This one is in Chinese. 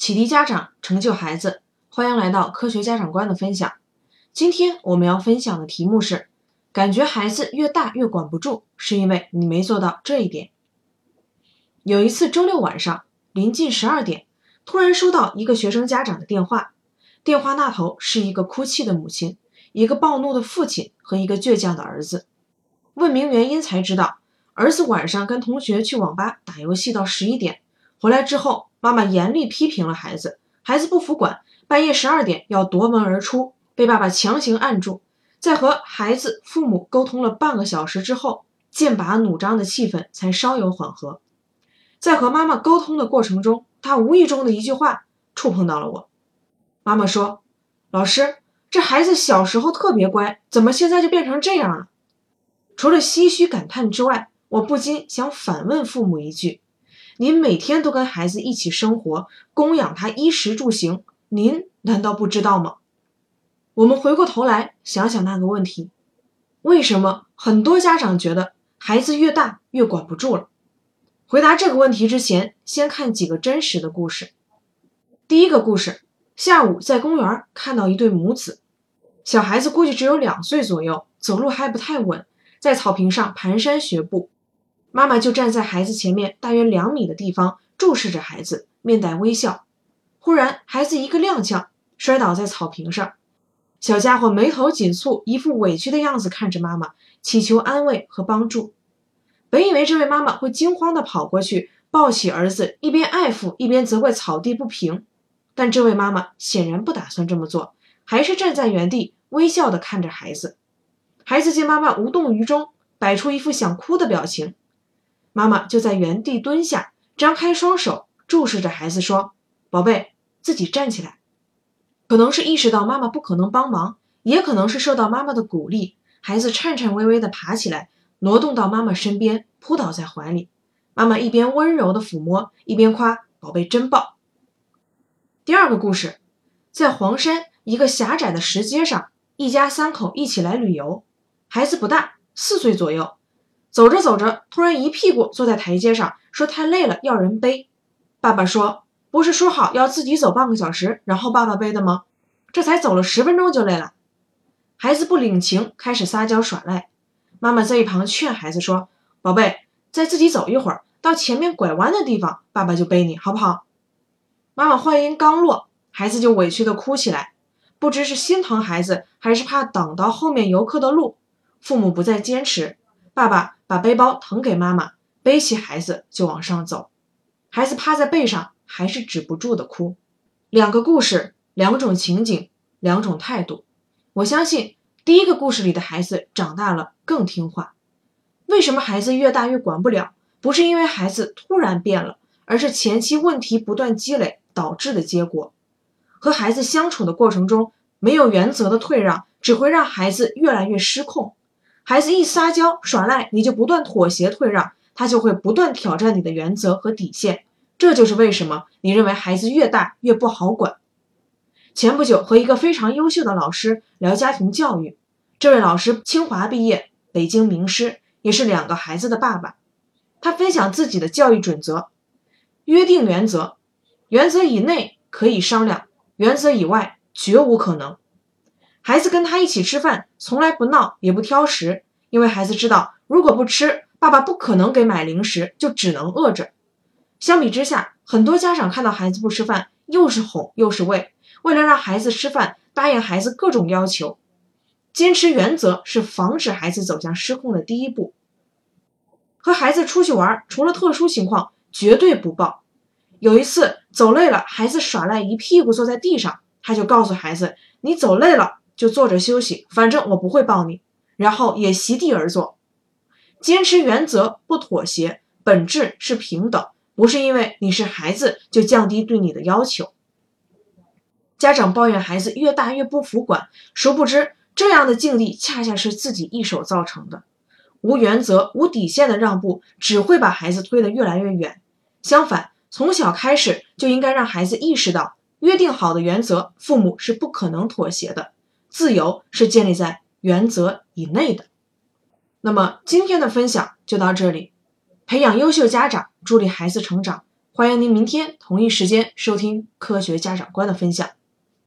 启迪家长，成就孩子。欢迎来到科学家长观的分享。今天我们要分享的题目是：感觉孩子越大越管不住，是因为你没做到这一点。有一次周六晚上，临近12点，突然收到一个学生家长的电话。电话那头是一个哭泣的母亲，一个暴怒的父亲和一个倔强的儿子。问明原因才知道，儿子晚上跟同学去网吧打游戏到11点，回来之后，妈妈严厉批评了孩子，孩子不服管，半夜12点要夺门而出，被爸爸强行按住。在和孩子父母沟通了半个小时之后，剑拔弩张的气氛才稍有缓和。在和妈妈沟通的过程中，他无意中的一句话触碰到了我。妈妈说：老师，这孩子小时候特别乖，怎么现在就变成这样了？除了唏嘘感叹之外，我不禁想反问父母一句：您每天都跟孩子一起生活，供养他衣食住行，您难道不知道吗？我们回过头来想想那个问题，为什么很多家长觉得孩子越大越管不住了？回答这个问题之前，先看几个真实的故事。第一个故事，下午在公园看到一对母子，小孩子估计只有2岁左右，走路还不太稳，在草坪上蹒跚学步。妈妈就站在孩子前面大约2米的地方，注视着孩子，面带微笑。忽然孩子一个踉跄，摔倒在草坪上，小家伙眉头紧蹙，一副委屈的样子看着妈妈，祈求安慰和帮助。本以为这位妈妈会惊慌地跑过去抱起儿子，一边爱抚一边责怪草地不平，但这位妈妈显然不打算这么做，还是站在原地微笑地看着孩子。孩子见妈妈无动于衷，摆出一副想哭的表情，妈妈就在原地蹲下，张开双手注视着孩子说：宝贝，自己站起来。可能是意识到妈妈不可能帮忙，也可能是受到妈妈的鼓励，孩子颤颤巍巍地爬起来，挪动到妈妈身边，扑倒在怀里。妈妈一边温柔地抚摸，一边夸宝贝真棒。第二个故事，在黄山一个狭窄的石阶上，一家3口一起来旅游。孩子不大，4岁左右，走着走着，突然一屁股坐在台阶上，说太累了，要人背。爸爸说：不是说好要自己走半个小时，然后爸爸背的吗？这才走了10分钟就累了。孩子不领情，开始撒娇耍赖。妈妈在一旁劝孩子说：宝贝，再自己走一会儿，到前面拐弯的地方，爸爸就背你，好不好？妈妈话音刚落，孩子就委屈地哭起来，不知是心疼孩子，还是怕挡到后面游客的路。父母不再坚持，爸爸把背包腾给妈妈，背起孩子就往上走。孩子趴在背上，还是止不住的哭。2个故事，2种情景，2种态度。我相信第一个故事里的孩子长大了更听话。为什么孩子越大越管不了？不是因为孩子突然变了，而是前期问题不断积累导致的结果。和孩子相处的过程中，没有原则的退让，只会让孩子越来越失控。孩子一撒娇耍赖，你就不断妥协退让，他就会不断挑战你的原则和底线。这就是为什么你认为孩子越大越不好管。前不久和一个非常优秀的老师聊家庭教育，这位老师清华毕业，北京名师，也是2个孩子的爸爸。他分享自己的教育准则：约定原则，原则以内可以商量，原则以外绝无可能。孩子跟他一起吃饭，从来不闹也不挑食，因为孩子知道如果不吃，爸爸不可能给买零食，就只能饿着。相比之下，很多家长看到孩子不吃饭，又是哄又是喂，为了让孩子吃饭，答应孩子各种要求。坚持原则是防止孩子走向失控的第一步。和孩子出去玩，除了特殊情况，绝对不抱。有一次走累了，孩子耍赖一屁股坐在地上，他就告诉孩子：你走累了就坐着休息，反正我不会抱你，然后也席地而坐。坚持原则不妥协，本质是平等，不是因为你是孩子就降低对你的要求。家长抱怨孩子越大越不服管，殊不知这样的境地恰恰是自己一手造成的。无原则无底线的让步只会把孩子推得越来越远。相反，从小开始就应该让孩子意识到，约定好的原则父母是不可能妥协的，自由是建立在原则以内的。那么今天的分享就到这里。培养优秀家长，助力孩子成长。 欢迎您明天同一时间收听科学家长观的分享。